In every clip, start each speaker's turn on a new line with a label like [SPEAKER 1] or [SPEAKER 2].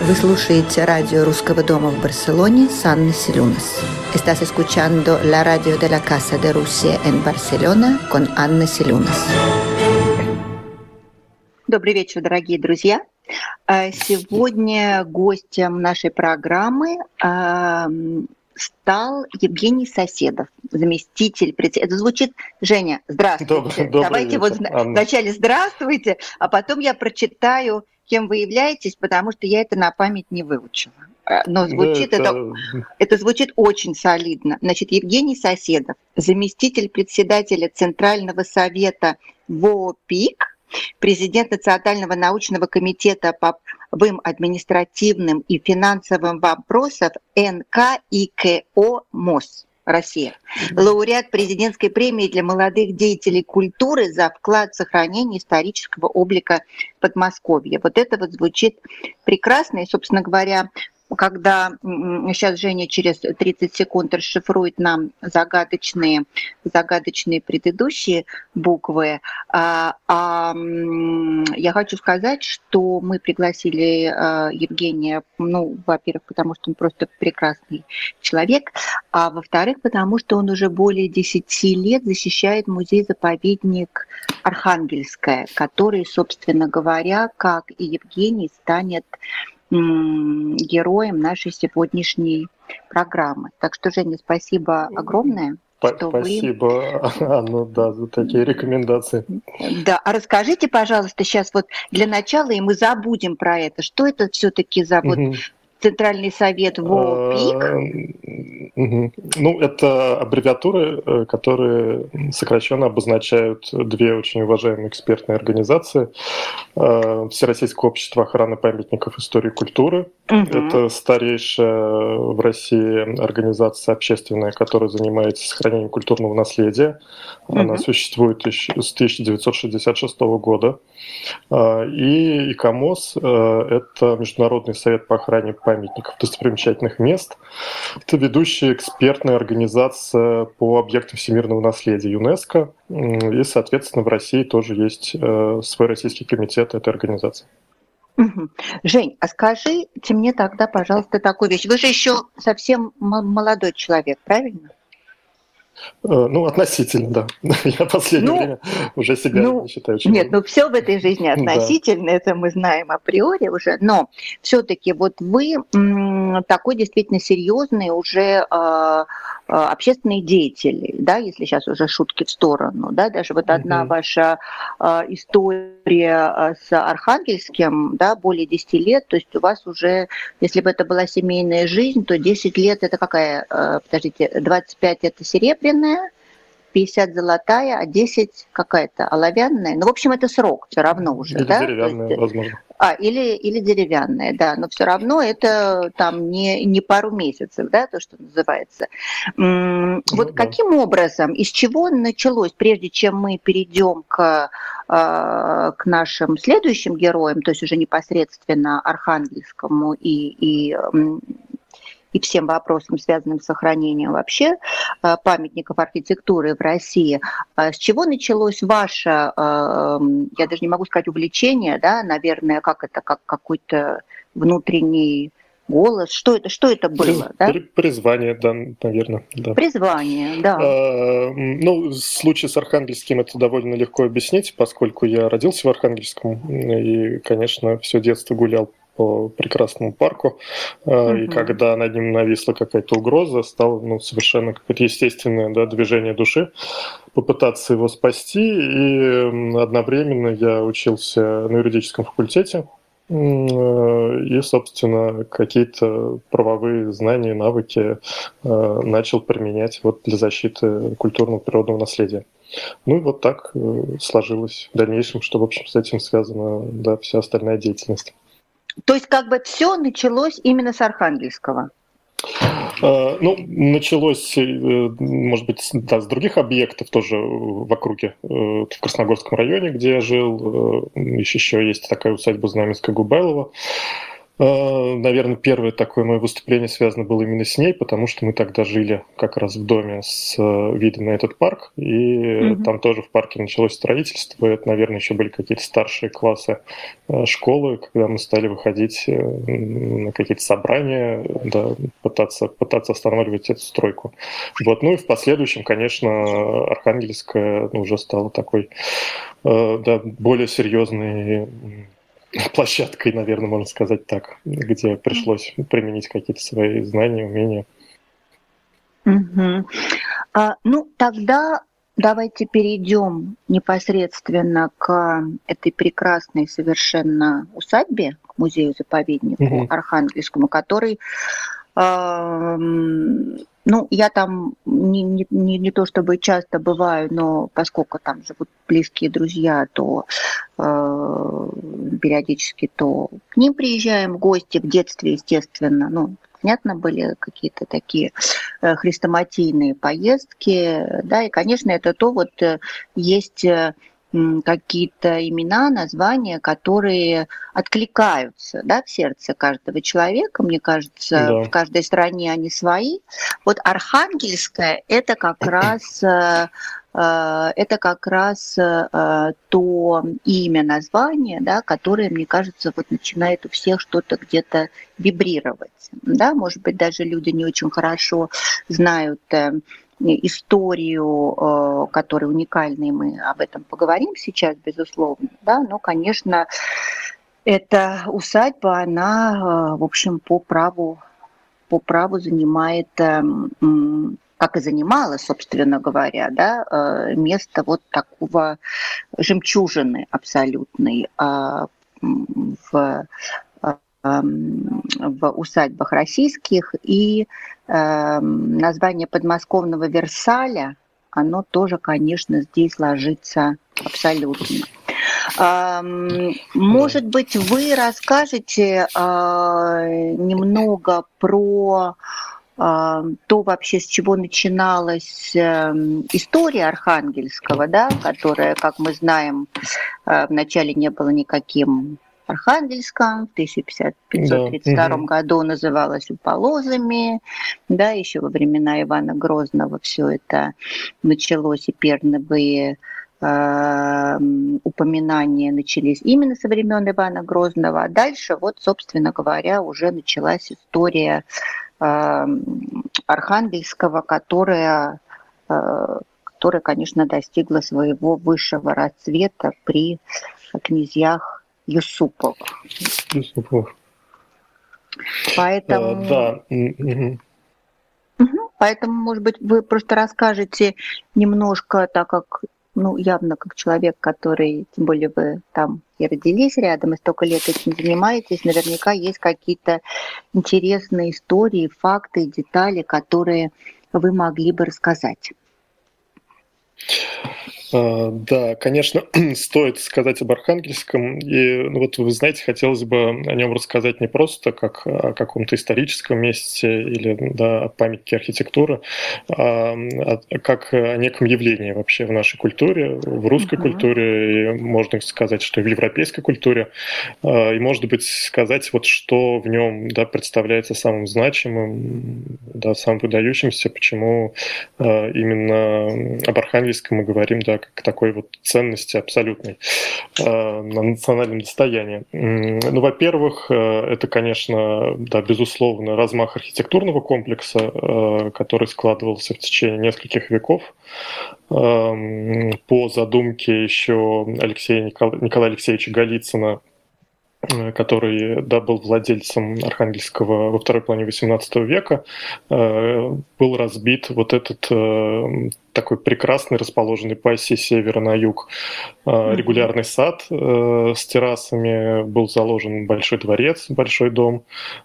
[SPEAKER 1] Вы слушаете радио Русского дома в Барселоне с Анной Селюнас. Estás escuchando la radio de la Casa de Rusia en Barcelona con Анна Селюнас. Добрый вечер, дорогие друзья. Сегодня гостем нашей программы стал Евгений Соседов, заместитель председателя. Это звучит, Женя, здравствуйте. Давайте вечер, вот вначале здравствуйте, а потом я прочитаю, кем вы являетесь, потому что я это на память не выучила. Но звучит это звучит очень солидно. Значит, Евгений Соседов, заместитель председателя Центрального совета ВОПИК, президент Национального научного комитета по административным и финансовым вопросам НКИКО МОЗ Россия, лауреат президентской премии для молодых деятелей культуры за вклад в сохранение исторического облика Подмосковья. Вот это вот звучит прекрасно, и, собственно говоря, когда сейчас Женя через 30 секунд расшифрует нам загадочные предыдущие буквы, я хочу сказать, что мы пригласили Евгения, во-первых, потому что он просто прекрасный человек, а во-вторых, потому что он уже более 10 лет защищает музей-заповедник Архангельское, который, собственно говоря, как и Евгений, станет героем нашей сегодняшней программы. Так что, Женя, спасибо огромное.
[SPEAKER 2] Спасибо, Анна, за такие рекомендации.
[SPEAKER 1] Да, а расскажите, пожалуйста, сейчас вот для начала, и мы забудем про это, что это все-таки за Центральный совет ВОПИК?
[SPEAKER 2] Это аббревиатуры, которые сокращенно обозначают две очень уважаемые экспертные организации. Всероссийское общество охраны памятников истории и культуры. Это старейшая в России организация общественная, которая занимается сохранением культурного наследия. Она существует еще с 1966 года. И ИКОМОЗ – это Международный совет по охране памятников достопримечательных мест. Это ведущая экспертная организация по объектам всемирного наследия ЮНЕСКО. И, соответственно, в России тоже есть свой российский комитет этой организации.
[SPEAKER 1] Жень, а скажите мне тогда, пожалуйста, такую вещь. Вы же еще совсем молодой человек, правильно?
[SPEAKER 2] Относительно, да. Я в последнее время уже себя не считаю очень.
[SPEAKER 1] Нет, все в этой жизни относительно, это мы знаем априори уже, но все-таки вот вы такой действительно серьезный уже общественный деятель, да, если сейчас уже шутки в сторону, да, даже вот одна ваша история с Архангельским, да, более 10 лет, то есть у вас уже, если бы это была семейная жизнь, то 10 лет это какая, 25 это серебряная, 50 золотая, а 10 какая-то оловянная. В общем, это срок все равно уже,
[SPEAKER 2] или
[SPEAKER 1] да?
[SPEAKER 2] Деревянная, возможно.
[SPEAKER 1] Или деревянная, да, но все равно это там не пару месяцев, да, то, что называется. Каким образом, из чего началось, прежде чем мы перейдем к нашим следующим героям, то есть уже непосредственно Архангельскому и всем вопросам, связанным с сохранением вообще памятников архитектуры в России. С чего началось ваше, я даже не могу сказать увлечение, да, наверное, как какой-то внутренний голос? Что это было?
[SPEAKER 2] Призвание, да, наверное. Да.
[SPEAKER 1] Призвание, да.
[SPEAKER 2] Случай с Архангельским это довольно легко объяснить, поскольку я родился в Архангельском и, конечно, все детство гулял по прекрасному парку, и когда над ним нависла какая-то угроза, стало совершенно какое-то естественное движение души попытаться его спасти, и одновременно я учился на юридическом факультете, и, собственно, какие-то правовые знания, навыки начал применять для защиты культурного природного наследия. Вот так сложилось в дальнейшем, что, в общем, с этим связана вся остальная деятельность.
[SPEAKER 1] То есть все началось именно с Архангельского?
[SPEAKER 2] Началось, может быть, с других объектов тоже в округе, в Красногорском районе, где я жил. Еще есть такая усадьба Знаменская Губайлова. Наверное, первое такое мое выступление связано было именно с ней, потому что мы тогда жили как раз в доме с видом на этот парк, и там тоже в парке началось строительство. Это, наверное, еще были какие-то старшие классы школы, когда мы стали выходить на какие-то собрания, да, пытаться останавливать эту стройку. Вот. Ну и в последующем, конечно, Архангельская уже стала такой, да, более серьезной площадкой, наверное, можно сказать так, где пришлось применить какие-то свои знания, умения.
[SPEAKER 1] Ну, тогда давайте перейдем непосредственно к этой прекрасной совершенно усадьбе, к музею-заповеднику Архангельскому, который... Ну, я там не то чтобы часто бываю, но поскольку там живут близкие друзья, то периодически то к ним приезжаем в гости, в детстве, естественно. Ну, понятно, были какие-то такие хрестоматийные поездки, да, и, конечно, это то вот есть какие-то имена, названия, которые откликаются, да, в сердце каждого человека. Мне кажется, да. В каждой стране они свои. Вот Архангельская – это как раз то имя, название, да, которое, мне кажется, вот начинает у всех что-то где-то вибрировать. Да? Может быть, даже люди не очень хорошо знают историю, которая уникальная, мы об этом поговорим сейчас, безусловно, да, но, конечно, эта усадьба, она, в общем, по праву занимает, как и занимала, собственно говоря, да, место вот такого жемчужины абсолютной в усадьбах российских, и название подмосковного Версаля, оно тоже, конечно, здесь ложится абсолютно. Может быть, вы расскажете немного про то вообще, с чего начиналась история Архангельского, да, которая, как мы знаем, вначале не было никаким Архангельском, в 1532 году называлась Уполозами, да, еще во времена Ивана Грозного все это началось, и первые упоминания начались именно со времен Ивана Грозного, а дальше, вот, собственно говоря, уже началась история Архангельского, которая, конечно, достигла своего высшего расцвета при князьях Юсупов. Поэтому,
[SPEAKER 2] да.
[SPEAKER 1] Поэтому, может быть, вы просто расскажете немножко, так как, ну, явно как человек, который, тем более вы там и родились рядом, и столько лет этим занимаетесь, наверняка есть какие-то интересные истории, факты, детали, которые вы могли бы рассказать.
[SPEAKER 2] Да, конечно, стоит сказать об Архангельском. И вот вы знаете, хотелось бы о нем рассказать не просто как о каком-то историческом месте или да, о памятнике архитектуры, а как о неком явлении вообще в нашей культуре, в русской культуре, и можно сказать, что и в европейской культуре. И, может быть, сказать, вот, что в нем да, представляется самым значимым, да, самым выдающимся, почему именно об Архангельском мы говорим, да, как такой вот ценности абсолютной на национальном достоянии. Ну, во-первых, это, конечно, да, безусловно, размах архитектурного комплекса, который складывался в течение нескольких веков по задумке еще Николая Алексеевича Голицына, который да, был владельцем Архангельского во второй половине XVIII века, был разбит вот этот такой прекрасный, расположенный по оси севера на юг регулярный сад с террасами, был заложен большой дворец, большой дом,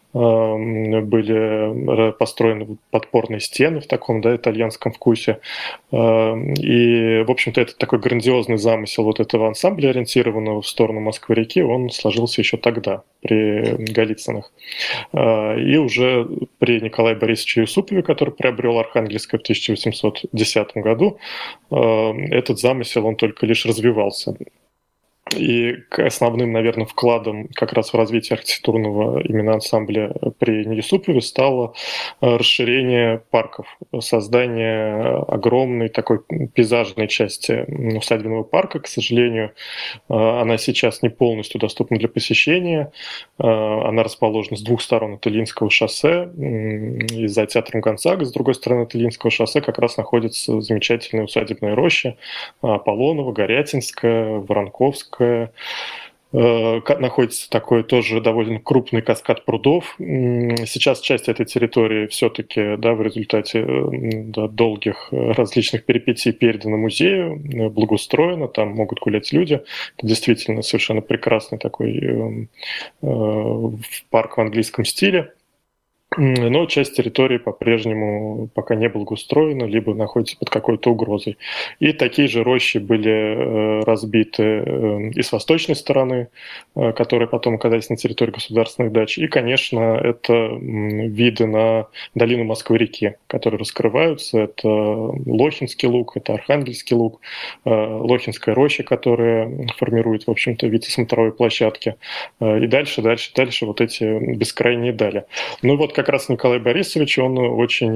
[SPEAKER 2] были построены подпорные стены в таком да, итальянском вкусе. И, в общем-то, это такой грандиозный замысел вот этого ансамбля, ориентированного в сторону Москвы-реки, он сложился еще тогда, при Голицынах. И уже при Николае Борисовиче Юсупове, который приобрел Архангельское в 1810 году, этот замысел, он только лишь развивался. И основным, наверное, вкладом как раз в развитие архитектурного именно ансамбля при Юсупове стало расширение парков, создание огромной такой пейзажной части усадебного парка. К сожалению, она сейчас не полностью доступна для посещения. Она расположена с двух сторон от Ильинского шоссе и за театром Гонзага. С другой стороны от Ильинского шоссе как раз находится замечательная усадебная роща Аполлонова, Горятинская, Воронковская. Находится такой тоже довольно крупный каскад прудов. Сейчас часть этой территории все-таки в результате долгих различных перипетий передана музею, благоустроена, там могут гулять люди. Это действительно совершенно прекрасный такой парк в английском стиле. Но часть территории по-прежнему пока не благоустроена, либо находится под какой-то угрозой. И такие же рощи были разбиты и с восточной стороны, которые потом оказались на территории государственных дач. И, конечно, это виды на долину Москвы-реки, которые раскрываются. Это Лохинский луг, это Архангельский луг, Лохинская роща, которая формирует, в общем-то, вид смотровой площадки. И дальше вот эти бескрайние дали. Ну вот как раз Николай Борисович, он очень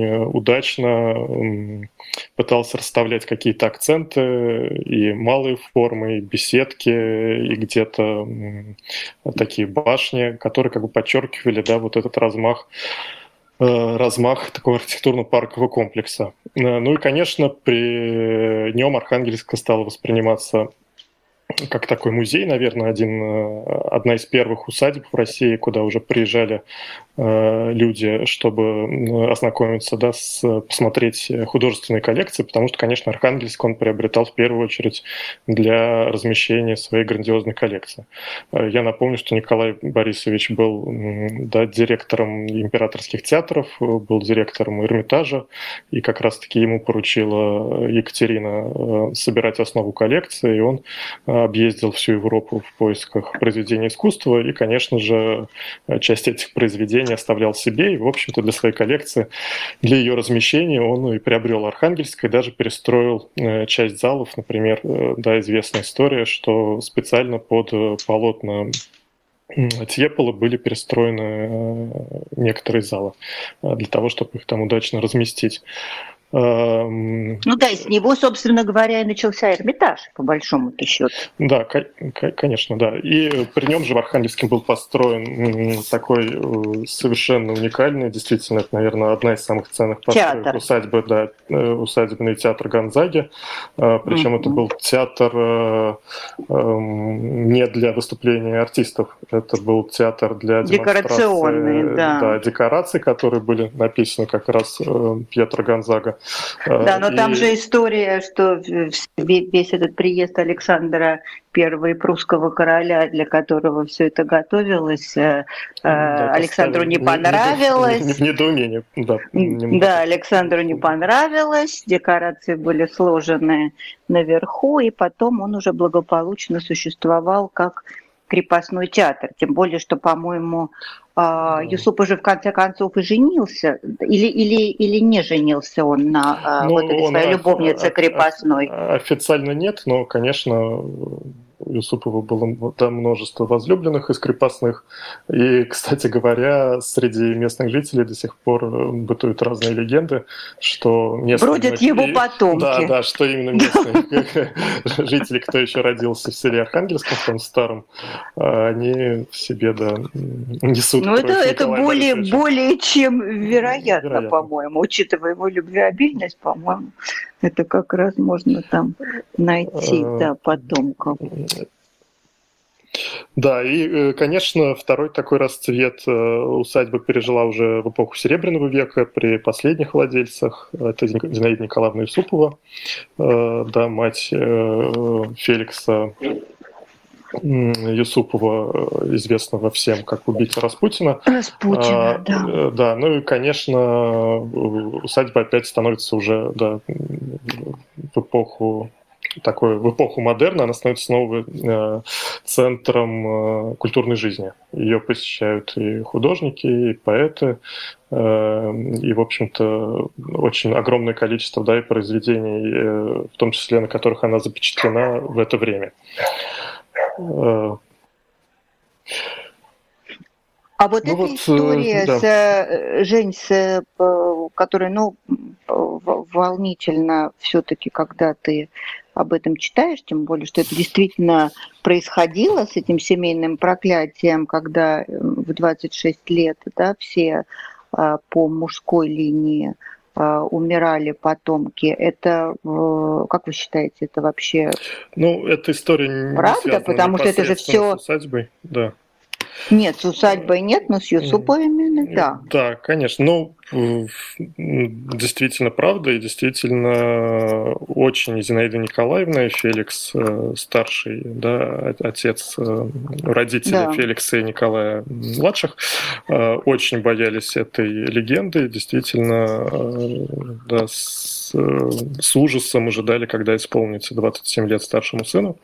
[SPEAKER 2] удачно пытался расставлять какие-то акценты, и малые формы, и беседки, и где-то такие башни, которые как бы подчеркивали, вот этот размах такого архитектурно-паркового комплекса. Ну и, конечно, при нем Архангельска стала восприниматься как такой музей, наверное, одна из первых усадеб в России, куда уже приезжали люди, чтобы ознакомиться, посмотреть художественные коллекции, потому что, конечно, Архангельск он приобретал в первую очередь для размещения своей грандиозной коллекции. Я напомню, что Николай Борисович был директором императорских театров, был директором Эрмитажа, и как раз-таки ему поручила Екатерина собирать основу коллекции, и он объездил всю Европу в поисках произведений искусства, и, конечно же, часть этих произведений оставлял себе, и, в общем-то, для своей коллекции, для ее размещения он и приобрел Архангельск, и даже перестроил часть залов. Например, известная история, что специально под полотна Тьепола были перестроены некоторые залы для того, чтобы их там удачно разместить.
[SPEAKER 1] Из него, собственно говоря, и начался Эрмитаж, по большому-то счету.
[SPEAKER 2] Да, конечно, да. И при нем же в Архангельске был построен такой совершенно уникальный, действительно, это, наверное, одна из самых ценных построек усадьбы, усадебный театр Гонзаги. Причем это был театр не для выступления артистов, это был театр для демонстрации декораций, которые были написаны как раз Пьетро Гонзага.
[SPEAKER 1] Да, но там же история, что весь этот приезд Александра I, прусского короля, для которого все это готовилось, Александру не понравилось.
[SPEAKER 2] В недоумении,
[SPEAKER 1] Да, Александру не понравилось, декорации были сложены наверху, и потом он уже благополучно существовал как крепостной театр. Тем более, что, по-моему, Юсуп уже в конце концов и женился, или не женился он на этой своей любовнице крепостной?
[SPEAKER 2] Официально нет, но, конечно, у Юсупова было множество возлюбленных из крепостных. И, кстати говоря, среди местных жителей до сих пор бытуют разные легенды, что местные...
[SPEAKER 1] Бродят его потомки.
[SPEAKER 2] Да, что именно местные жители, кто еще родился в селе Архангельском, в том старом, они в себе, несут.
[SPEAKER 1] Ну, это более чем вероятно, по-моему, учитывая его любвеобильность, по-моему. Это как раз можно там найти, потомков. Да, и,
[SPEAKER 2] конечно, второй такой расцвет усадьба пережила уже в эпоху Серебряного века при последних владельцах. Это Зинаида Николаевна Юсупова, мать Феликса Юсупова, известного всем как убийца Распутина. Да, ну и, конечно, усадьба опять становится уже в эпоху модерна, она становится снова центром культурной жизни. Ее посещают и художники, и поэты, и, в общем-то, очень огромное количество произведений, в том числе на которых она запечатлена в это время.
[SPEAKER 1] А вот эта история, Жень, которая, волнительно все-таки, когда ты об этом читаешь, тем более, что это действительно происходило с этим семейным проклятием, когда в 26 лет, да, все по мужской линии умирали потомки. Это, как вы считаете, это вообще
[SPEAKER 2] эта история не
[SPEAKER 1] правда? Потому что это же все...
[SPEAKER 2] с усадьбой, да.
[SPEAKER 1] Нет, с усадьбой нет, но с Юсуповыми, да.
[SPEAKER 2] Да, конечно. Действительно правда, и действительно очень Зинаида Николаевна и Феликс старший, да, отец родителей Феликса и Николая младших, очень боялись этой легенды, действительно, да, с ужасом ожидали, когда исполнится 27 лет старшему сыну.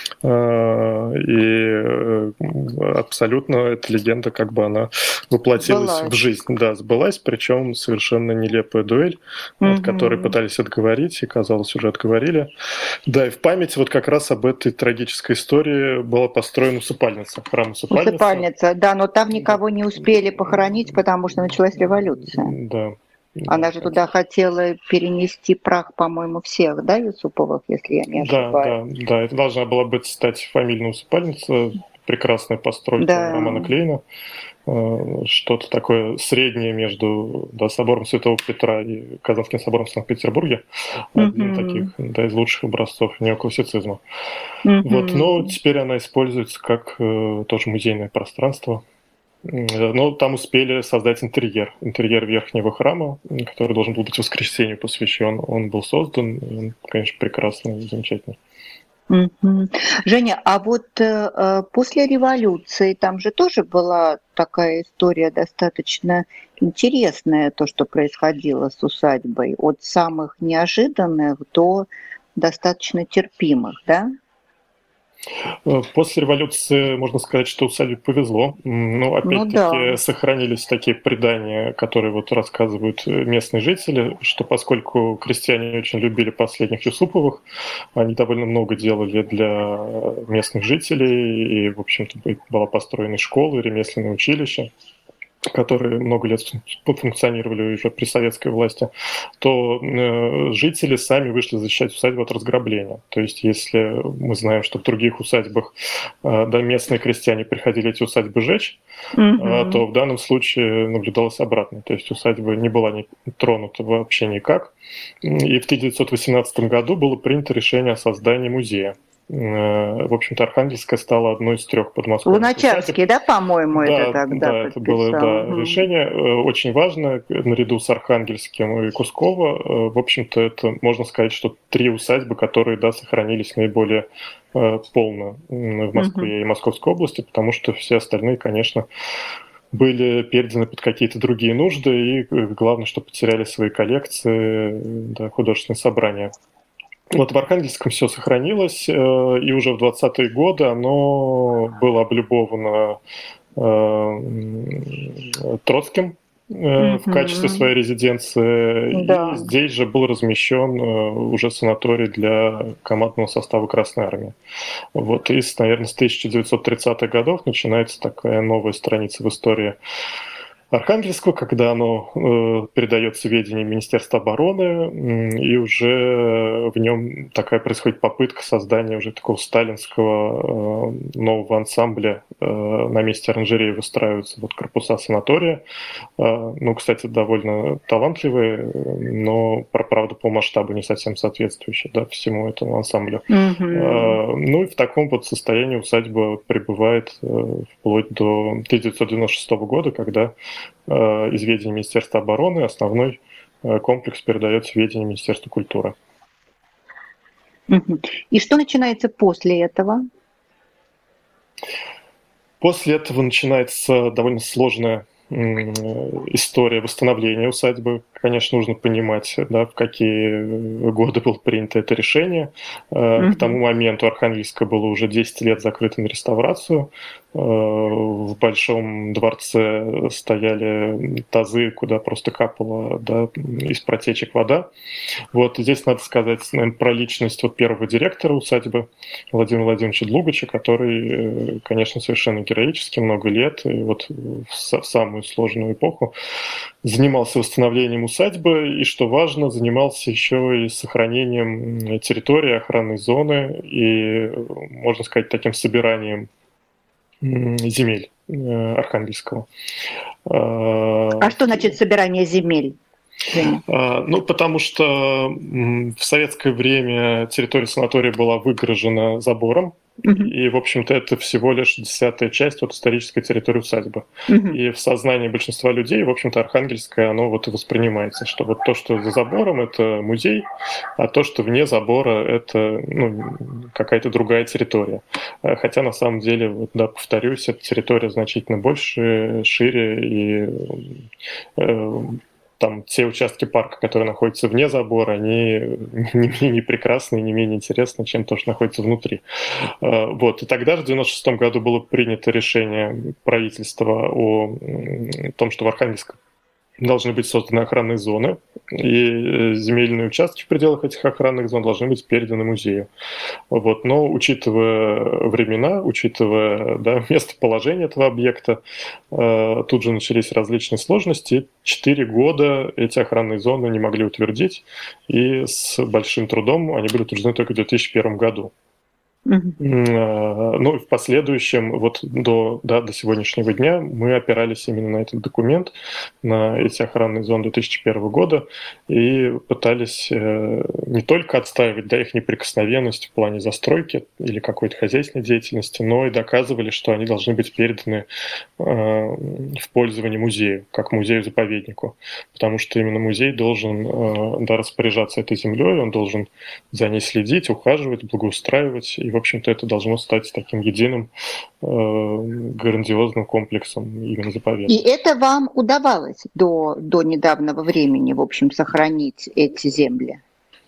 [SPEAKER 2] И абсолютно эта легенда, как бы она воплотилась в жизнь. Да, сбылась, причем совершенно нелепая дуэль, от которой пытались отговорить, и, казалось, уже отговорили. Да, и в память вот как раз об этой трагической истории была построена усыпальница, храм усыпальница.
[SPEAKER 1] Усыпальница, да, но там никого не успели похоронить, потому что началась революция.
[SPEAKER 2] Да.
[SPEAKER 1] Она же туда хотела перенести прах, по-моему, всех, да, Юсуповых, если я не ошибаюсь.
[SPEAKER 2] Да, это должна была стать фамильная усыпальница, прекрасная постройка Романа Клейна, что-то такое среднее между собором Святого Петра и Казанским собором в Санкт-Петербурге, один таких из лучших образцов неоклассицизма. Но теперь она используется как тоже музейное пространство. Но там успели создать интерьер верхнего храма, который должен был быть Воскресению посвящен. Он был создан, он, конечно, прекрасный и замечательный.
[SPEAKER 1] Женя, а вот после революции там же тоже была такая история достаточно интересная, то, что происходило с усадьбой, от самых неожиданных до достаточно терпимых, да?
[SPEAKER 2] После революции можно сказать, что усадьбе повезло. Но опять-таки сохранились такие предания, которые вот рассказывают местные жители, что поскольку крестьяне очень любили последних Юсуповых, они довольно много делали для местных жителей, и, в общем-то, была построена школа, ремесленное училище, которые много лет функционировали уже при советской власти, то жители сами вышли защищать усадьбу от разграбления. То есть, если мы знаем, что в других усадьбах местные крестьяне приходили эти усадьбы жечь, то в данном случае наблюдалось обратное. То есть, усадьба не была тронута вообще никак. И в 1918 году было принято решение о создании музея. В общем-то, Архангельская стала одной из 3 подмосковных.
[SPEAKER 1] Луначарский, да, по-моему, это тогда
[SPEAKER 2] Да, это было решение очень важно. Наряду с Архангельским и Кусково, в общем-то, это, можно сказать, что 3 усадьбы, которые, сохранились наиболее полно в Москве и Московской области, потому что все остальные, конечно, были переданы под какие-то другие нужды, и главное, что потеряли свои коллекции, художественные собрания. Вот в Архангельском все сохранилось, и уже в 20-е годы оно было облюбовано Троцким в качестве своей резиденции, и здесь же был размещен уже санаторий для командного состава Красной Армии. Вот, и, наверное, с 1930-х годов начинается такая новая страница в истории Архангельского, когда оно передается ведению Министерства обороны, и уже в нем такая происходит попытка создания уже такого сталинского нового ансамбля. На месте оранжереи выстраиваются корпуса санатория. Кстати, довольно талантливые, но, правда, по масштабу не совсем соответствующие всему этому ансамблю. И в таком состоянии усадьба пребывает вплоть до 1996 года, когда из ведения Министерства обороны основной комплекс передается в ведение Министерства культуры.
[SPEAKER 1] И что начинается после этого?
[SPEAKER 2] После этого начинается довольно сложная история восстановления усадьбы. Конечно, нужно понимать, в какие годы было принято это решение. К тому моменту Архангельское было уже 10 лет закрыто на реставрацию. в Большом дворце стояли тазы, куда просто капала, да, из протечек вода. Вот здесь надо сказать, наверное, про личность вот первого директора усадьбы Владимира Владимировича Длугача, который, конечно, совершенно героически много лет, и вот в самую сложную эпоху занимался восстановлением усадьбы, и, что важно, занимался еще и сохранением территории, охранной зоны и, можно сказать, таким собиранием земель Архангельского.
[SPEAKER 1] А что значит собирание земель?
[SPEAKER 2] Ну, потому что в советское время территория санатория была выгорожена забором, и, в общем-то, это всего лишь 10-я часть от исторической территории усадьбы. И в сознании большинства людей, в общем-то, Архангельское, оно вот и воспринимается, что вот то, что за забором, это музей, а то, что вне забора, это какая-то другая территория. Хотя, на самом деле, вот, да, повторюсь, эта территория значительно больше, шире, и там те участки парка, которые находятся вне забора, они не менее прекрасны, не менее интересны, чем то, что находится внутри. Вот. И тогда же в 1996 году было принято решение правительства о том, что в Архангельске должны быть созданы охранные зоны, и земельные участки в пределах этих охранных зон должны быть переданы музею. Вот. Но учитывая времена, учитывая, да, местоположение этого объекта, тут же начались различные сложности. 4 года эти охранные зоны не могли утвердить, и с большим трудом они были утверждены только в 2001 году. Ну и в последующем, вот до сегодняшнего дня, мы опирались именно на этот документ, на эти охранные зоны 2001 года, и пытались не только отстаивать, да, их неприкосновенность в плане застройки или какой-то хозяйственной деятельности, но и доказывали, что они должны быть переданы в пользование музею, как музею-заповеднику, потому что именно музей должен, да, распоряжаться этой землей, он должен за ней следить, ухаживать, благоустраивать. И, в общем-то, это должно стать таким единым грандиозным комплексом именно заповедника.
[SPEAKER 1] И это вам удавалось до недавнего времени, в общем, сохранить эти земли?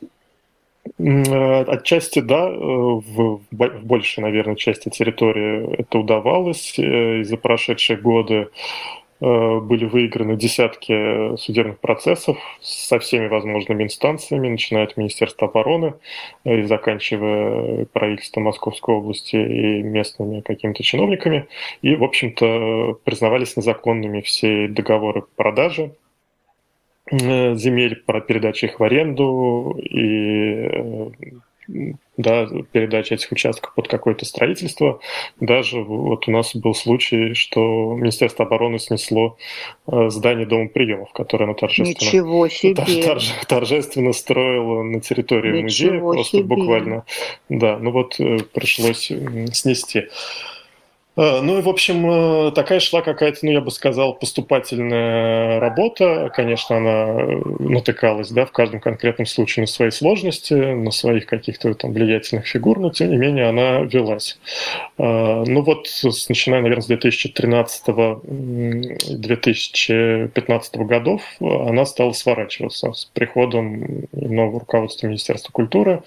[SPEAKER 2] Отчасти да, в большей, наверное, части территории это удавалось. И за прошедшие годы были выиграны десятки судебных процессов со всеми возможными инстанциями, начиная от Министерства обороны и заканчивая правительством Московской области и местными какими-то чиновниками. И, в общем-то, признавались незаконными все договоры продажи земель, про передачу их в аренду и, да, передача этих участков под какое-то строительство. Даже вот у нас был случай, что Министерство обороны снесло здание Дома приемов, которое оно торжественно строило на территории музея, просто буквально. Да, ну вот пришлось снести. Ну и, в общем, такая шла какая-то, ну, я бы сказал, поступательная работа. Конечно, она натыкалась, да, в каждом конкретном случае на свои сложности, на своих каких-то там влиятельных фигур, но, тем не менее, она велась. Ну вот, начиная, наверное, с 2013-2015 годов она стала сворачиваться с приходом нового руководства Министерства культуры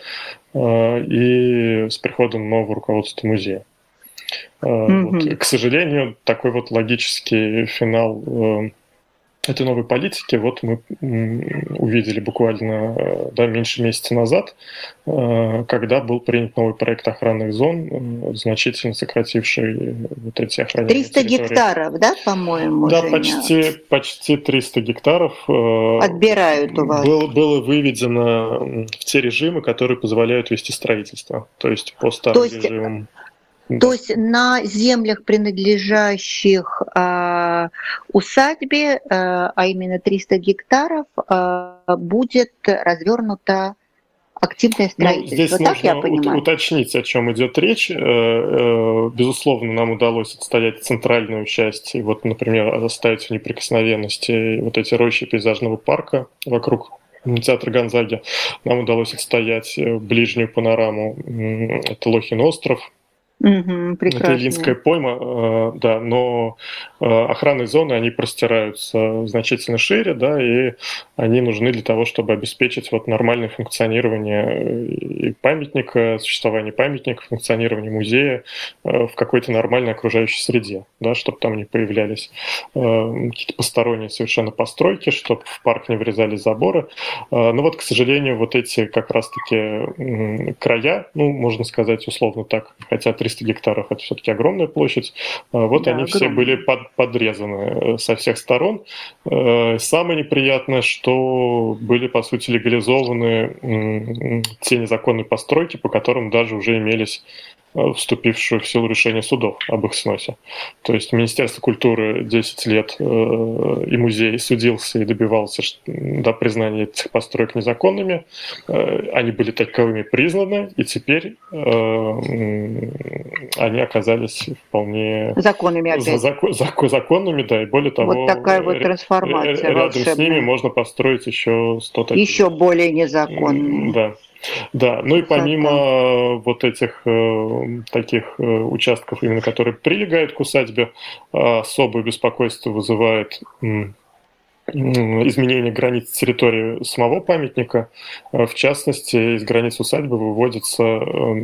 [SPEAKER 2] и с приходом нового руководства музея. Вот. К сожалению, такой вот логический финал этой новой политики вот мы увидели буквально, да, меньше месяца назад, когда был принят новый проект охранных зон, значительно сокративший вот эти охранные
[SPEAKER 1] 300 территории. Гектаров, да, по-моему?
[SPEAKER 2] Да, почти 300 гектаров
[SPEAKER 1] отбирают у вас.
[SPEAKER 2] Было выведено в те режимы, которые позволяют вести строительство, то есть по старым режимам.
[SPEAKER 1] То есть на землях, принадлежащих усадьбе, а именно 300 гектаров, будет развернуто активное строительство.
[SPEAKER 2] Здесь
[SPEAKER 1] так
[SPEAKER 2] нужно
[SPEAKER 1] я понимаю?
[SPEAKER 2] Уточнить, о чем идет речь. Безусловно, нам удалось отстоять центральную часть, и вот, например, оставить в неприкосновенности вот эти рощи пейзажного парка вокруг театра Гонзаги. Нам удалось отстоять ближнюю панораму, это Лохин остров, Это Илинская пойма, да, но охранные зоны, они простираются значительно шире, да, и они нужны для того, чтобы обеспечить вот нормальное функционирование и памятника, существование памятника, функционирование музея в какой-то нормальной окружающей среде, да, чтобы там не появлялись какие-то посторонние совершенно постройки, чтобы в парк не врезались заборы. Но вот, к сожалению, вот эти как раз-таки края, ну, можно сказать условно так, хотя 300 гектаров это все-таки огромная площадь, вот да, они огромные. Все были подрезаны со всех сторон. Самое неприятное, что были, по сути, легализованы те незаконные постройки, по которым даже уже имелись вступивших в силу решения судов об их сносе. То есть Министерство культуры 10 лет и музей судился и добивался до признания этих построек незаконными. Они были таковыми признаны, и теперь они оказались вполне
[SPEAKER 1] законными,
[SPEAKER 2] законными, да, и более того,
[SPEAKER 1] вот такая вот трансформация
[SPEAKER 2] рядом волшебная. С ними можно построить еще 100 таких.
[SPEAKER 1] Еще более незаконные.
[SPEAKER 2] Да. Да, ну и помимо вот этих таких участков, именно которые прилегают к усадьбе, особое беспокойство вызывает изменение границ территории самого памятника. В частности, из границ усадьбы выводится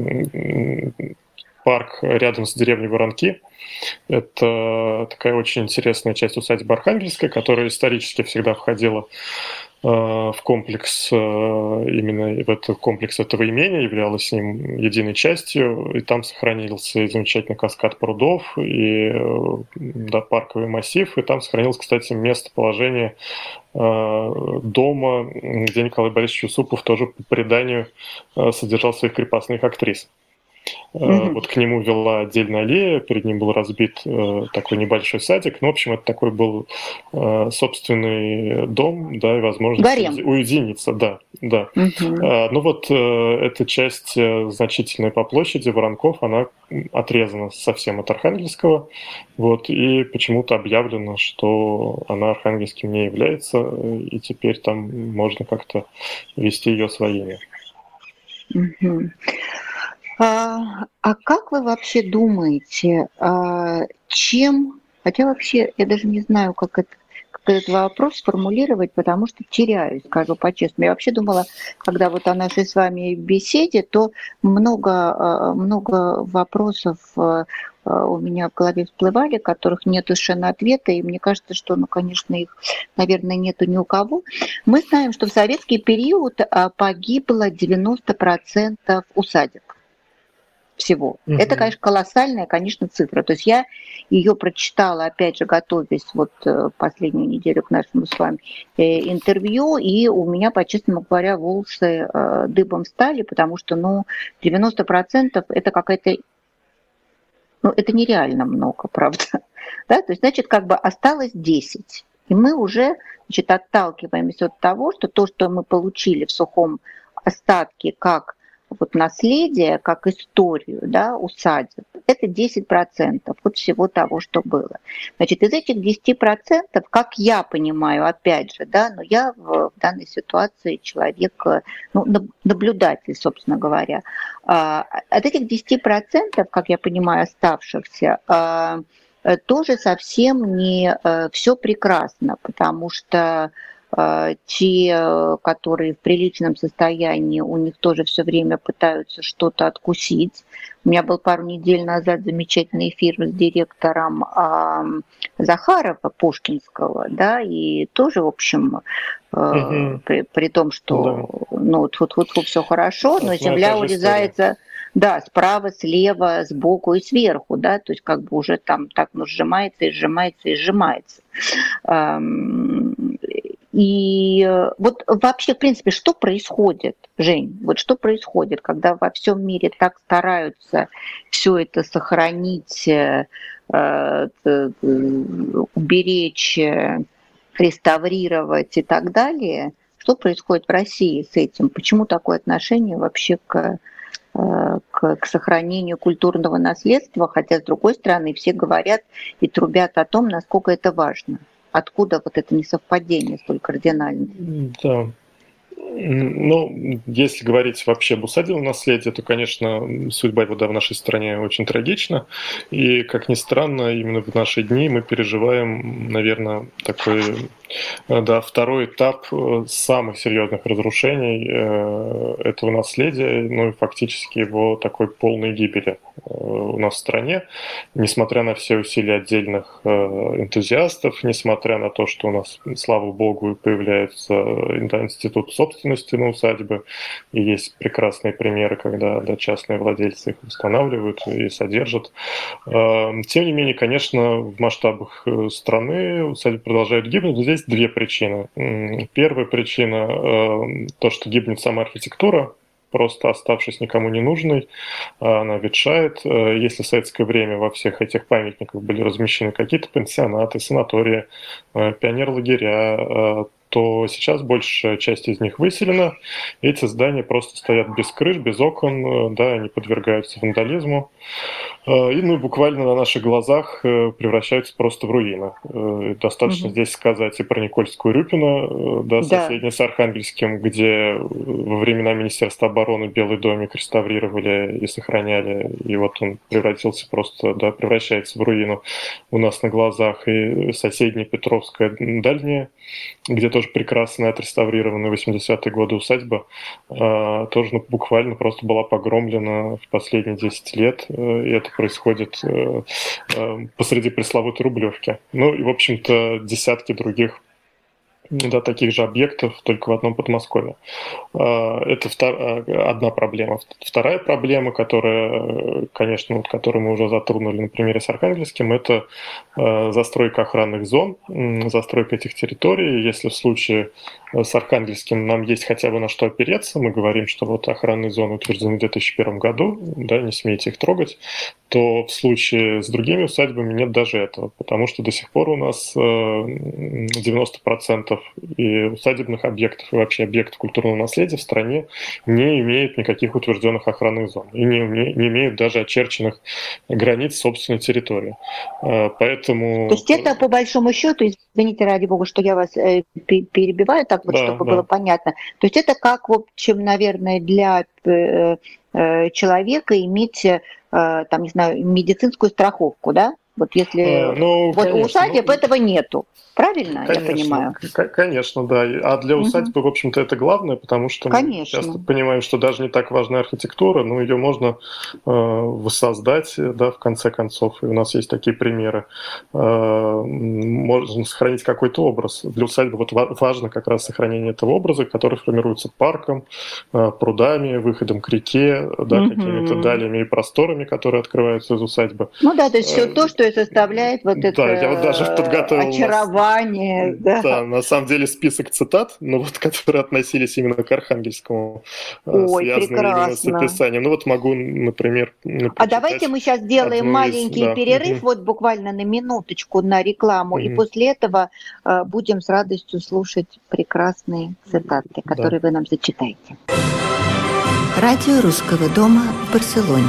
[SPEAKER 2] парк рядом с деревней Воронки. Это такая очень интересная часть усадьбы Архангельской, которая исторически всегда входила в комплекс, именно в этот комплекс этого имения, являлась с ним единой частью, и там сохранился замечательный каскад прудов и да, парковый массив, и там сохранилось, кстати, местоположение дома, где Николай Борисович Юсупов тоже по преданию содержал своих крепостных актрис. Вот к нему вела отдельная аллея, перед ним был разбит такой небольшой садик. Ну, в общем, это такой был собственный дом, да, и возможность уединиться, да. Ну вот эта часть значительная по площади Воронков, она отрезана совсем от Архангельского, вот, и почему-то объявлено, что она Архангельским не является, и теперь там можно как-то вести ее своими.
[SPEAKER 1] А как вы вообще думаете, чем, хотя вообще я даже не знаю, как этот вопрос сформулировать, потому что теряюсь, скажу по-честному. Я вообще думала, когда вот о нашей с вами беседе, то много вопросов у меня в голове всплывали, которых нет совершенно ответа, и мне кажется, что, ну, конечно, их, наверное, нету ни у кого. Мы знаем, что в советский период погибло 90% усадеб. Всего. Это, конечно, колоссальная, конечно, цифра. То есть я ее прочитала, опять же, готовясь вот последнюю неделю к нашему с вами интервью, и у меня, по-честному говоря, волосы дыбом стали, потому что, 90% это какая-то, это нереально много, правда. Да? То есть, значит, как бы осталось 10. И мы уже, значит, отталкиваемся от того, что то, что мы получили в сухом остатке, как вот наследие, как историю, да, усадеб, это 10% от всего того, что было. Значит, из этих 10%, как я понимаю, опять же, да, но я в данной ситуации человек, наблюдатель, собственно говоря, от этих 10%, как я понимаю, оставшихся, тоже совсем не все прекрасно, потому что те, которые в приличном состоянии, у них тоже все время пытаются что-то откусить. У меня был пару недель назад замечательный эфир с директором Захарова Пушкинского, да, и тоже, в общем, при том, что тьфу-тьфу-тьфу, все хорошо, но земля урезается, да, справа, слева, сбоку и сверху, да, то есть как бы уже там так сжимается и сжимается и сжимается. И вот вообще, в принципе, что происходит, Жень? Вот что происходит, когда во всем мире так стараются все это сохранить, уберечь, реставрировать и так далее? Что происходит в России с этим? Почему такое отношение вообще к сохранению культурного наследства? Хотя, с другой стороны, все говорят и трубят о том, насколько это важно. Откуда вот это несовпадение столь кардинальное?
[SPEAKER 2] Да. Ну, если говорить вообще об усадебном наследии, то, конечно, судьба вода в нашей стране очень трагична. И, как ни странно, именно в наши дни мы переживаем, наверное, такой, да, второй этап самых серьезных разрушений этого наследия, ну и фактически его такой полной гибели у нас в стране. Несмотря на все усилия отдельных энтузиастов, несмотря на то, что у нас, слава богу, появляется институт собственности на усадьбы, и есть прекрасные примеры, когда частные владельцы их восстанавливают и содержат. Тем не менее, конечно, в масштабах страны усадьбы продолжают гибнуть. Здесь две причины. Первая причина – то, что гибнет сама архитектура, просто оставшись никому не нужной, она ветшает. Если в советское время во всех этих памятниках были размещены какие-то пансионаты, санатории, пионерлагеря, то сейчас большая часть из них выселена. Эти здания просто стоят без крыш, без окон, да, они подвергаются вандализму. И буквально на наших глазах превращаются просто в руины. Достаточно здесь сказать и про Никольскую Рюпино, да, соседнюю с Архангельским, где во времена Министерства обороны Белый домик реставрировали и сохраняли, и вот он превратился просто, да, превращается в руину у нас на глазах. И соседняя Петровская дальняя, где тоже прекрасная отреставрированная 80-е годы усадьба, тоже буквально просто была погромлена в последние 10 лет, и это происходит посреди пресловутой Рублевки. Ну и, в общем-то, десятки других, да, таких же объектов, только в одном Подмосковье. Это одна проблема. Вторая проблема, которая, конечно, которую мы уже затронули на примере с Архангельским, это застройка охранных зон, застройка этих территорий. Если в случае с Архангельским нам есть хотя бы на что опереться, мы говорим, что вот охранные зоны утверждены в 2001 году, да, не смейте их трогать, то в случае с другими усадьбами нет даже этого, потому что до сих пор у нас 90% и усадебных объектов, и вообще объектов культурного наследия в стране не имеют никаких утвержденных охранных зон и не имеют даже очерченных границ собственной территории. Поэтому...
[SPEAKER 1] То есть это, по большому счету, извините, ради бога, что я вас перебиваю, так вот, чтобы было понятно. То есть это как, в общем, наверное, для человека иметь, там, не знаю, медицинскую страховку, да? Вот если вот конечно, у усадеб этого нету. Правильно, конечно, я понимаю?
[SPEAKER 2] Конечно, да. А для усадьбы, в общем-то, это главное, потому что мы часто понимаем, что даже не так важна архитектура, но ее можно воссоздать, да, в конце концов. И у нас есть такие примеры. Можно сохранить какой-то образ. Для усадьбы вот важно как раз сохранение этого образа, который формируется парком, прудами, выходом к реке, да, какими-то далями и просторами, которые открываются из усадьбы.
[SPEAKER 1] Ну да, то есть все то, что и составляет вот это
[SPEAKER 2] я вот даже подготовил
[SPEAKER 1] очарование.
[SPEAKER 2] Да, на самом деле список цитат, но вот которые относились именно к Архангельскому, связанные именно с описанием. Ну вот могу, например...
[SPEAKER 1] А давайте мы сейчас сделаем маленький перерыв, вот буквально на минуточку на рекламу, и после этого будем с радостью слушать прекрасные цитаты, которые вы нам зачитаете.
[SPEAKER 3] Радио Русского дома в Барселоне.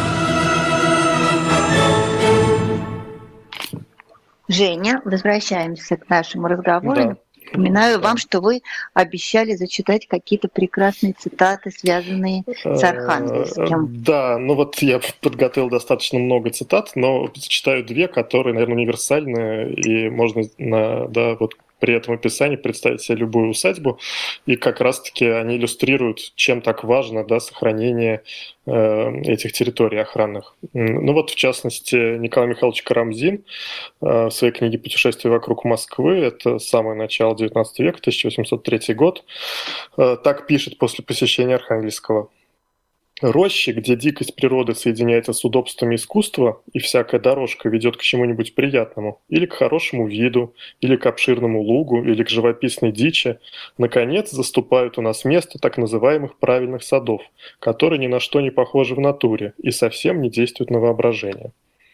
[SPEAKER 1] Женя, возвращаемся к нашему разговору. Да. Напоминаю вам, что вы обещали зачитать какие-то прекрасные цитаты, связанные с Архангельским.
[SPEAKER 2] Да, ну вот я подготовил достаточно много цитат, но зачитаю две, которые, наверное, универсальные, и можно при этом описании представить себе любую усадьбу, и как раз-таки они иллюстрируют, чем так важно, да, сохранение этих территорий охранных. Ну вот, в частности, Николай Михайлович Карамзин в своей книге «Путешествие вокруг Москвы», это самое начало XIX века, 1803 год, так пишет после посещения Архангельского. Рощи, где дикость природы соединяется с удобствами искусства, и всякая дорожка ведет к чему-нибудь приятному, или к хорошему виду, или к обширному лугу, или к живописной дичи, наконец заступают у нас место так называемых правильных садов, которые ни на что не похожи в натуре и совсем не действуют на воображение.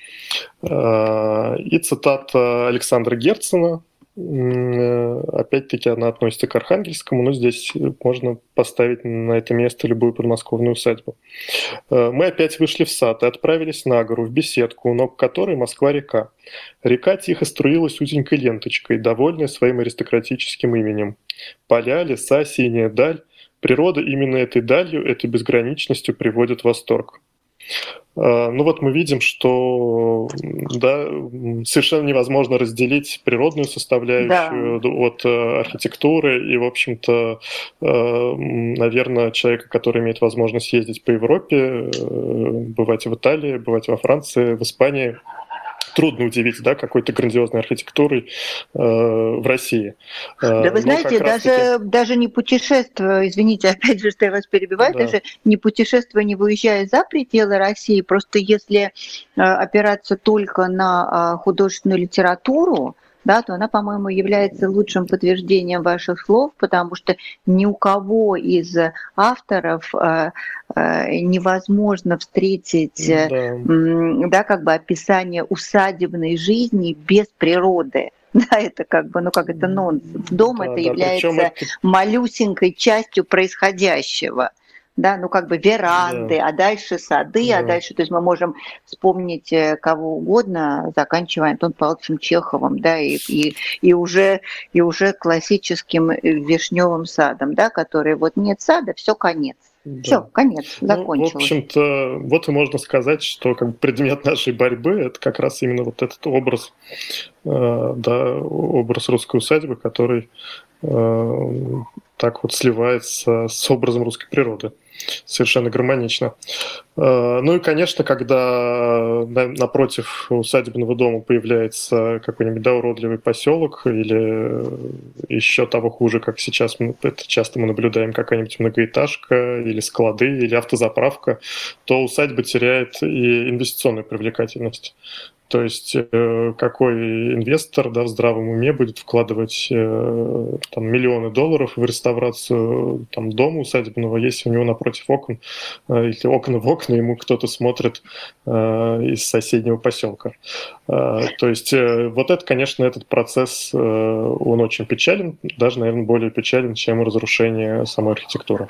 [SPEAKER 2] И цитата Александра Герцена. Опять-таки она относится к Архангельскому, но здесь можно поставить на это место любую подмосковную усадьбу. Мы опять вышли в сад и отправились на гору, в беседку, у ног которой Москва-река. Река тихо струилась узенькой ленточкой, довольная своим аристократическим именем. Поля, леса, синяя даль, природа именно этой далью, этой безграничностью приводит в восторг. Ну вот мы видим, что да, совершенно невозможно разделить природную составляющую от архитектуры. И, в общем-то, наверное, человека, который имеет возможность ездить по Европе, бывать в Италии, бывать во Франции, в Испании, трудно удивить, да, какой-то грандиозной архитектурой в России.
[SPEAKER 1] Да вы знаете, даже не путешествуя, извините, опять же, что я вас перебиваю, даже не путешествуя, не выезжая за пределы России, просто если опираться только на художественную литературу, да, то она, по-моему, является лучшим подтверждением ваших слов, потому что ни у кого из авторов невозможно встретить да, как бы описание усадебной жизни без природы. Да, это как бы, ну как это нонсенс. Дом это является малюсенькой частью происходящего. Да, ну как бы веранды, а дальше сады, а дальше, то есть мы можем вспомнить кого угодно, заканчивая Антоном Павловичем Чеховым, да, и уже классическим Вишневым садом, да, который вот нет сада, все конец. Да. Все, конец, закончилось.
[SPEAKER 2] В общем-то, вот и можно сказать, что как бы предмет нашей борьбы – это как раз именно вот этот образ, образ русской усадьбы, который так вот сливается с образом русской природы. Совершенно гармонично. Ну и, конечно, когда напротив усадебного дома появляется какой-нибудь уродливый поселок или еще того хуже, как сейчас это часто мы наблюдаем, какая-нибудь многоэтажка или склады или автозаправка, то усадьба теряет и инвестиционную привлекательность. То есть какой инвестор в здравом уме будет вкладывать миллионы долларов в реставрацию дома усадебного, если у него напротив окон или окна в окна ему кто-то смотрит из соседнего поселка. То есть вот это, конечно, этот процесс, он очень печален, даже, наверное, более печален, чем разрушение самой архитектуры.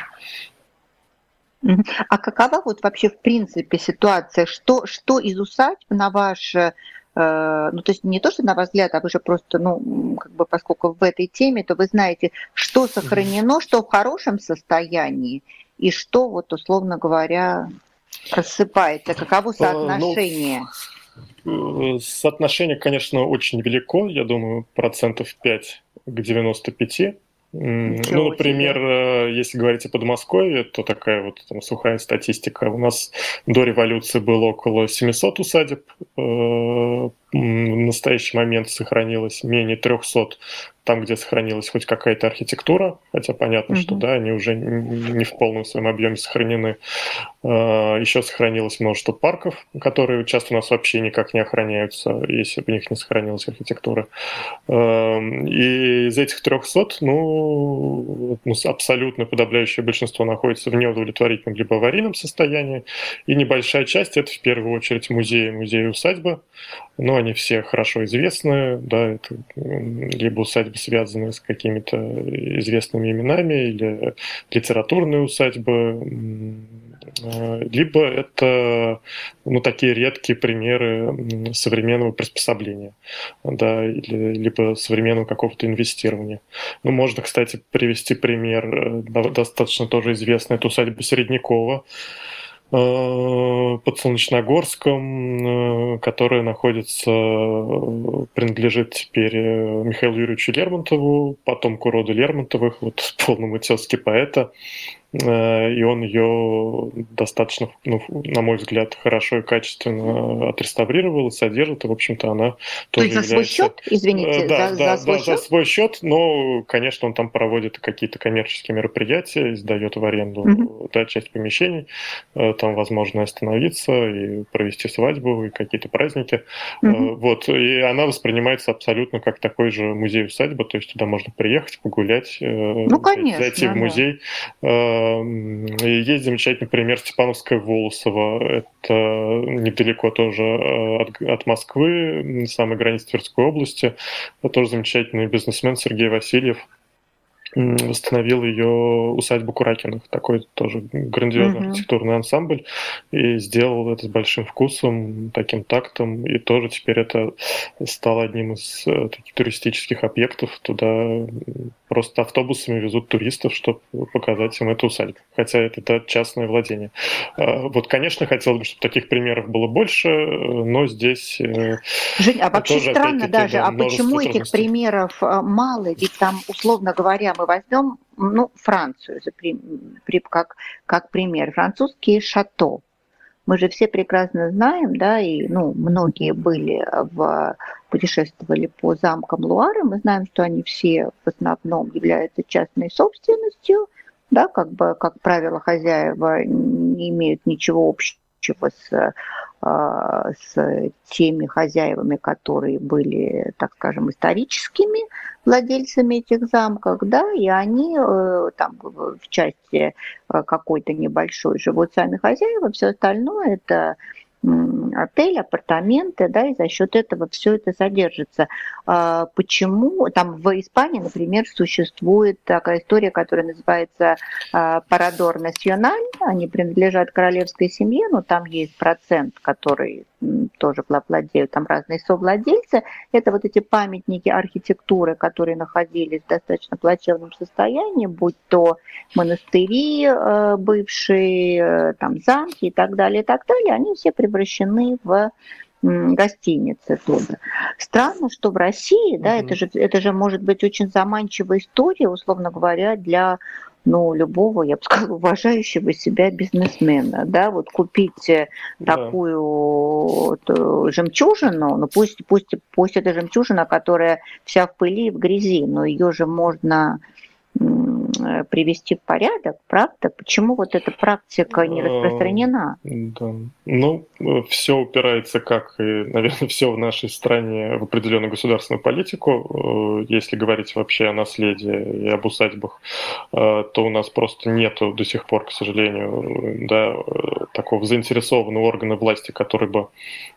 [SPEAKER 1] А какова вот вообще в принципе ситуация? Что из усадьб на ваш, ну то есть не то, что на ваш взгляд, а вы же просто, ну как бы поскольку в этой теме, то вы знаете, что сохранено, что в хорошем состоянии и что вот условно говоря рассыпается. Каково соотношение?
[SPEAKER 2] Соотношение, конечно, очень велико, я думаю, 5% к 95%. Ну, например, если говорить о Подмосковье, то такая вот сухая статистика. У нас до революции было около 700 усадеб. В настоящий момент сохранилось менее 300, там, где сохранилась хоть какая-то архитектура, хотя понятно, что да, они уже не в полном своем объеме сохранены. Еще сохранилось множество парков, которые часто у нас вообще никак не охраняются, если бы у них не сохранилась архитектура. И из этих 300, абсолютно подавляющее большинство находится в неудовлетворительном либо аварийном состоянии, и небольшая часть – это в первую очередь музеи усадьбы. Но они все хорошо известны, да, это либо усадьбы, связанные с какими-то известными именами, или литературные усадьбы, либо это такие редкие примеры современного приспособления, да, либо современного какого-то инвестирования. Ну, можно, кстати, привести пример, достаточно тоже известный, это усадьба Середнякова под Солнечногорском, которая принадлежит теперь Михаилу Юрьевичу Лермонтову, потомку рода Лермонтовых, вот полному тезке поэта. И он ее достаточно, на мой взгляд, хорошо и качественно отреставрировал и содержит. И, в общем-то, она тоже является...
[SPEAKER 1] за свой счет? Извините,
[SPEAKER 2] за свой счет, но, конечно, он там проводит какие-то коммерческие мероприятия, сдает в аренду часть помещений. Там возможно остановиться и провести свадьбу, и какие-то праздники. Вот. И она воспринимается абсолютно как такой же музей-усадьба, то есть туда можно приехать, погулять, зайти в музей. Есть замечательный пример Степановское Волосово. Это недалеко тоже от Москвы, на самой границе Тверской области. Это тоже замечательный бизнесмен Сергей Васильев. восстановил ее усадьбу Куракиных, такой тоже грандиозный архитектурный ансамбль, и сделал это с большим вкусом, таким тактом, и тоже теперь это стало одним из таких туристических объектов. Туда просто автобусами везут туристов, чтобы показать им эту усадьбу, хотя это частное владение. Вот, конечно, хотелось бы, чтобы таких примеров было больше, но здесь...
[SPEAKER 1] Жень, а вообще странно даже, а почему этих примеров мало? Ведь там, условно говоря, мы возьмем Францию как пример. Французские шато. Мы же все прекрасно знаем, да, и многие путешествовали по замкам Луары, мы знаем, что они все в основном являются частной собственностью, да, как правило, хозяева не имеют ничего общего с теми хозяевами, которые были, так скажем, историческими владельцами этих замков, да, и они там в части какой-то небольшой живут сами хозяева, все остальное это отель, апартаменты, да, и за счет этого все это содержится. Почему? Там в Испании, например, существует такая история, которая называется Парадор Националь. Они принадлежат королевской семье, но там есть процент, который тоже владеют, там разные совладельцы. Это вот эти памятники архитектуры, которые находились в достаточно плачевном состоянии, будь то монастыри бывшие, там замки и так далее, они все превращены в гостиницы тоже. Странно, что в России, да, это же может быть очень заманчивая история, условно говоря, для любого, я бы сказала, уважающего себя бизнесмена, да, вот купить такую жемчужину, пусть это жемчужина, которая вся в пыли и в грязи, но ее же можно привести в порядок, правда? Почему вот эта практика не распространена?
[SPEAKER 2] Да. Все упирается, как и, наверное, все в нашей стране, в определенную государственную политику. Если говорить вообще о наследии и об усадьбах, то у нас просто нету до сих пор, к сожалению, да, такого заинтересованного органа власти, который бы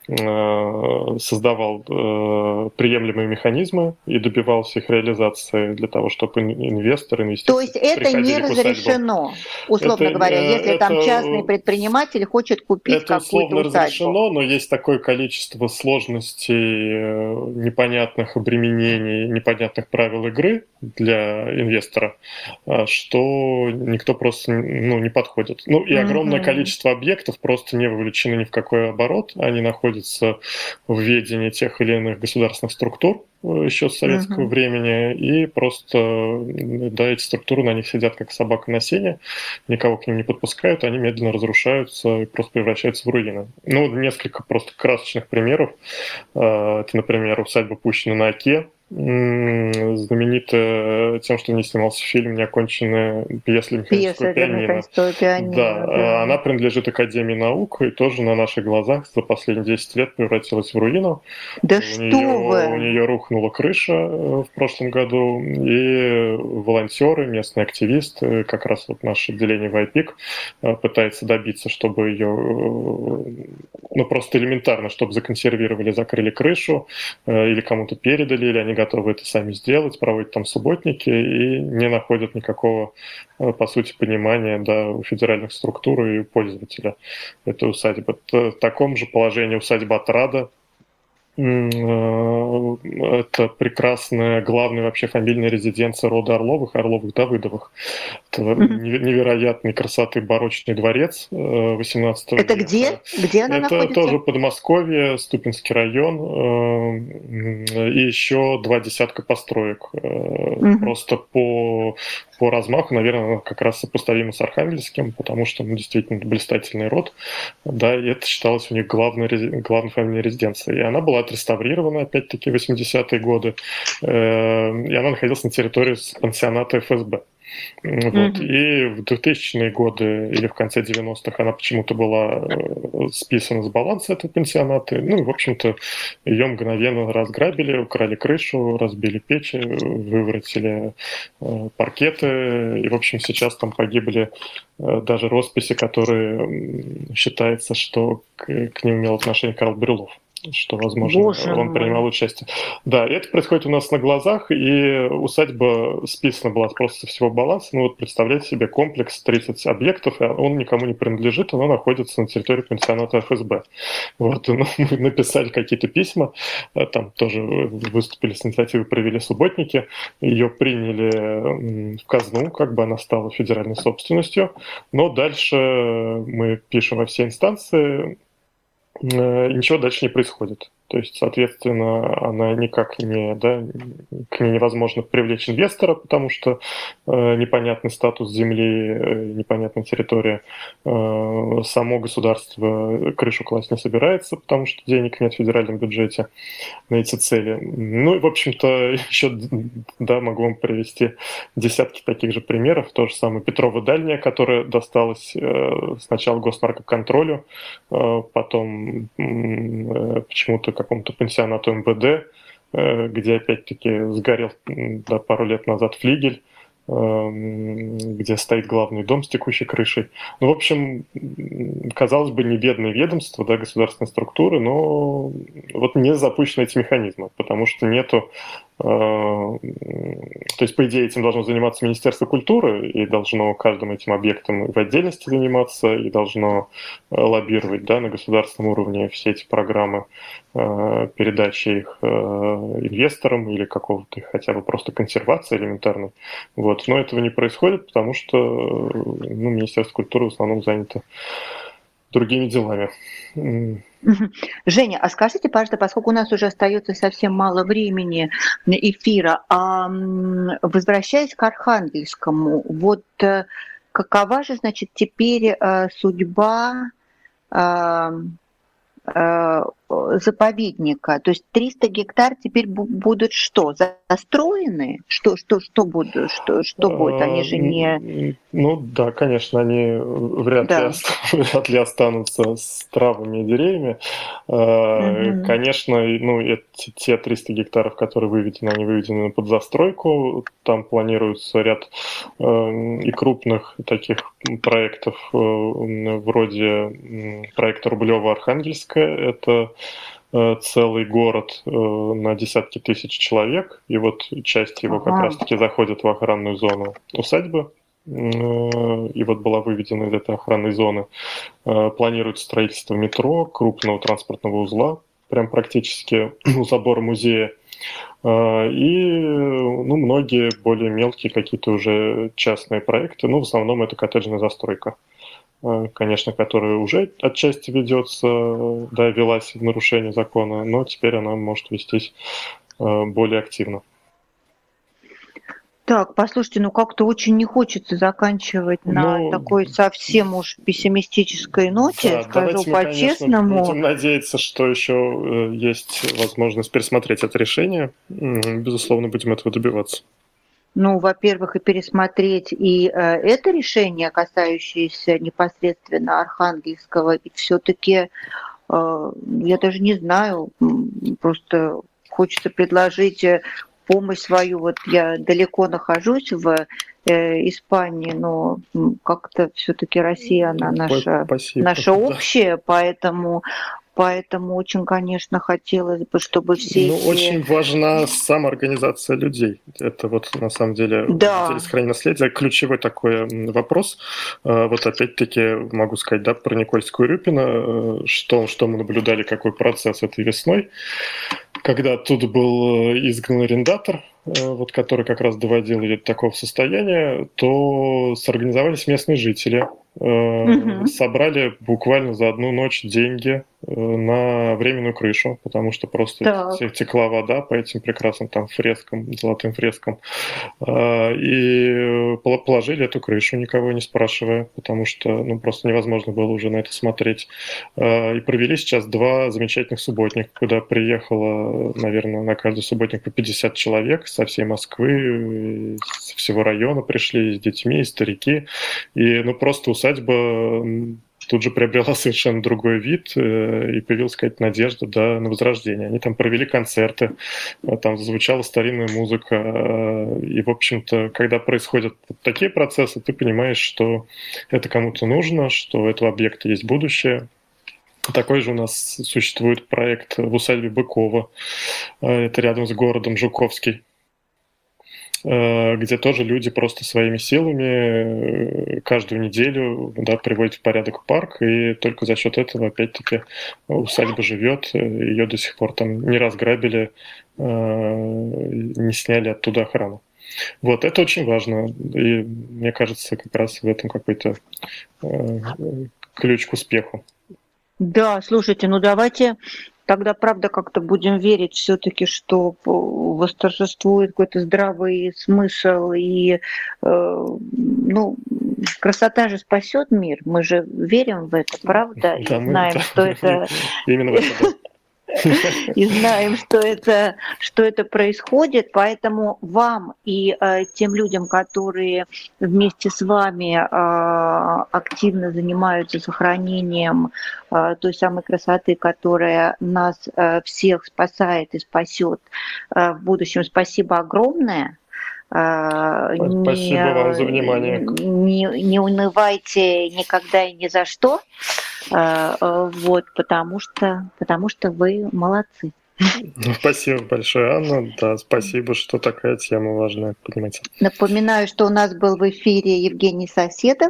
[SPEAKER 2] создавал приемлемые механизмы и добивался их реализации для того, чтобы инвесторы, инвестиции.
[SPEAKER 1] То есть это не разрешено, условно говоря, если там частный предприниматель хочет купить какую-то усадьбу.
[SPEAKER 2] Это условно разрешено, но есть такое количество сложностей, непонятных обременений, непонятных правил игры для инвестора, что никто просто не подходит. И огромное количество объектов просто не вовлечены ни в какой оборот, они находятся в ведении тех или иных государственных структур еще с советского времени, и просто, да, эти структуры на них сидят как собака на сене, никого к ним не подпускают, они медленно разрушаются и просто превращаются в руины. Несколько просто красочных примеров. Это, например, усадьба Пущина на Оке, знаменитая тем, что в ней снимался фильм «Неоконченная пьеса для механического пианино». Да, она принадлежит Академии наук и тоже на наших глазах за последние 10 лет превратилась в руину.
[SPEAKER 1] Да что вы!
[SPEAKER 2] У нее рухнула крыша в прошлом году, и волонтеры, местные активисты, как раз вот наше отделение ВайПик пытается добиться, чтобы ее, просто элементарно, чтобы законсервировали, закрыли крышу, или кому-то передали, или они готовы это сами сделать, проводят там субботники и не находят никакого, по сути, понимания, да, у федеральных структур и у пользователя этой усадьбы. В таком же положении усадьба Отрада. Это прекрасная, главная вообще фамильная резиденция рода Орловых-Давыдовых. Это невероятной красоты барочный дворец 18 века.
[SPEAKER 1] Это где? Где она находится?
[SPEAKER 2] Это тоже Подмосковье, Ступинский район, и еще 2 десятка построек. Просто по размаху, наверное, как раз сопоставимо с Архангельским, потому что действительно блистательный род, да, и это считалось у них главной фамильной резиденцией. И она была отреставрирована, опять-таки, в 80-е годы, и она находилась на территории пансионата ФСБ. Вот. И в 2000-е годы или в конце 90-х она почему-то была списана с баланса этого пансионата. И, в общем-то, ее мгновенно разграбили, украли крышу, разбили печи, выворотили паркеты. И, в общем, сейчас там погибли даже росписи, которые считается, что к ним имел отношение Карл Брюллов. что, возможно, он принимал участие. Да, и это происходит у нас на глазах, и усадьба списана была просто со всего баланса. Ну вот представляете себе комплекс 30 объектов, он никому не принадлежит, оно находится на территории пансионата ФСБ. Вот, мы написали какие-то письма, там тоже выступили с инициативой, провели субботники, ее приняли в казну, как бы она стала федеральной собственностью, но дальше мы пишем во все инстанции, ничего дальше не происходит. То есть, соответственно, она никак не, да, к ней невозможно привлечь инвестора, потому что непонятный статус земли, непонятная территория. Само государство крышу класть не собирается, потому что денег нет в федеральном бюджете на эти цели. Ну и, в общем-то, еще, да, могу вам привести десятки таких же примеров. То же самое Петрова Дальняя, которая досталась сначала госнаркоконтролю, потом почему-то какому-то пансионату МВД, где опять-таки сгорел пару лет назад флигель, где стоит главный дом с текущей крышей. Ну, в общем, казалось бы, не бедные ведомства, да, государственные структуры, но вот не запущены эти механизмы, потому что нету... То есть, по идее, этим должно заниматься Министерство культуры, и должно каждым этим объектом в отдельности заниматься, и должно лоббировать, да, на государственном уровне все эти программы передачи их инвесторам или какого-то хотя бы просто консервации элементарной. Вот. Но этого не происходит, потому что Министерство культуры в основном занято другими делами.
[SPEAKER 1] Женя, а скажите, пожалуйста, поскольку у нас уже остается совсем мало времени эфира, возвращаясь к Архангельскому, вот какова же, значит, теперь судьба заповедника? То есть 300 гектар теперь будут что, застроены? Что будет? Они же не...
[SPEAKER 2] Ну да, конечно, они вряд ли останутся с травами и деревьями. Конечно, те 300 гектаров, которые выведены, они выведены под застройку. Там планируется ряд и крупных таких проектов, вроде проекта Рублева-Архангельская. Это целый город на десятки тысяч человек, и вот часть его как раз-таки заходит в охранную зону усадьбы, и вот была выведена из этой охранной зоны. Планируется строительство метро, крупного транспортного узла, прям практически у забора музея, и многие более мелкие какие-то уже частные проекты, в основном это коттеджная застройка, конечно, которая уже отчасти ведется, да, велась в нарушении закона, но теперь она может вестись более активно.
[SPEAKER 1] Так, послушайте, как-то очень не хочется заканчивать на такой совсем уж пессимистической ноте, да, скажу по-честному.
[SPEAKER 2] Мы будем надеяться, что еще есть возможность пересмотреть это решение. Безусловно, будем этого добиваться.
[SPEAKER 1] Во-первых, и пересмотреть и это решение, касающееся непосредственно Архангельского, и все-таки, я даже не знаю, просто хочется предложить помощь свою. Вот я далеко нахожусь в Испании, но как-то все-таки Россия, она наша общая, поэтому очень, конечно, хотелось бы, чтобы все
[SPEAKER 2] очень важна самоорганизация людей. Это вот на самом деле сохранение наследия. Ключевой такой вопрос. Вот опять-таки могу сказать, да, про Никольскую Рюпино, что мы наблюдали, какой процесс этой весной. Когда тут был изгнан арендатор, вот, который как раз доводил ее до такого состояния, то сорганизовались местные жители, собрали буквально за одну ночь деньги на временную крышу, потому что просто текла вода по этим прекрасным там фрескам, золотым фрескам, и положили эту крышу, никого не спрашивая, потому что просто невозможно было уже на это смотреть. И провели сейчас 2 замечательных субботника, куда приехало, наверное, на каждый субботник по 50 человек со всей Москвы, со всего района пришли, с детьми, и старики, и просто усадьба тут же приобрела совершенно другой вид, и появилась какая-то надежда, да, на возрождение. Они там провели концерты, там зазвучала старинная музыка, и, в общем-то, когда происходят такие процессы, ты понимаешь, что это кому-то нужно, что у этого объекта есть будущее. Такой же у нас существует проект в усадьбе Быкова, это рядом с городом Жуковский, где тоже люди просто своими силами каждую неделю, да, приводят в порядок парк, и только за счет этого, опять-таки, усадьба живет, ее до сих пор там не разграбили, не сняли оттуда охрану. Вот, это очень важно, и мне кажется, как раз в этом какой-то ключ к успеху.
[SPEAKER 1] Да, слушайте, ну давайте тогда, правда, как-то будем верить все-таки, что восторжествует какой-то здравый смысл, и красота же спасет мир. Мы же верим в это, правда? И знаем, что это...
[SPEAKER 2] Именно в это,
[SPEAKER 1] и знаем, что это происходит, поэтому вам и тем людям, которые вместе с вами активно занимаются сохранением той самой красоты, которая нас всех спасает и спасет в будущем, спасибо огромное.
[SPEAKER 2] Спасибо вам за внимание.
[SPEAKER 1] Не унывайте никогда и ни за что, вот, потому что вы молодцы.
[SPEAKER 2] Спасибо большое, Анна. Да, спасибо, что такая тема важная поднимается.
[SPEAKER 1] Напоминаю, что у нас был в эфире Евгений Соседов,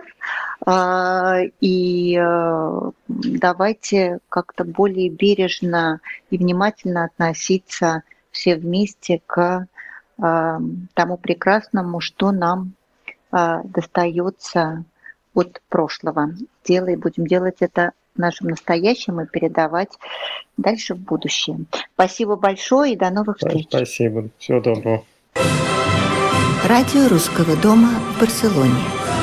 [SPEAKER 1] и давайте как-то более бережно и внимательно относиться все вместе к тому прекрасному, что нам достается от прошлого. Будем делать это нашим настоящим и передавать дальше в будущее. Спасибо большое и до новых встреч.
[SPEAKER 2] Спасибо. Всего доброго.
[SPEAKER 3] Радио Русского дома в Барселоне.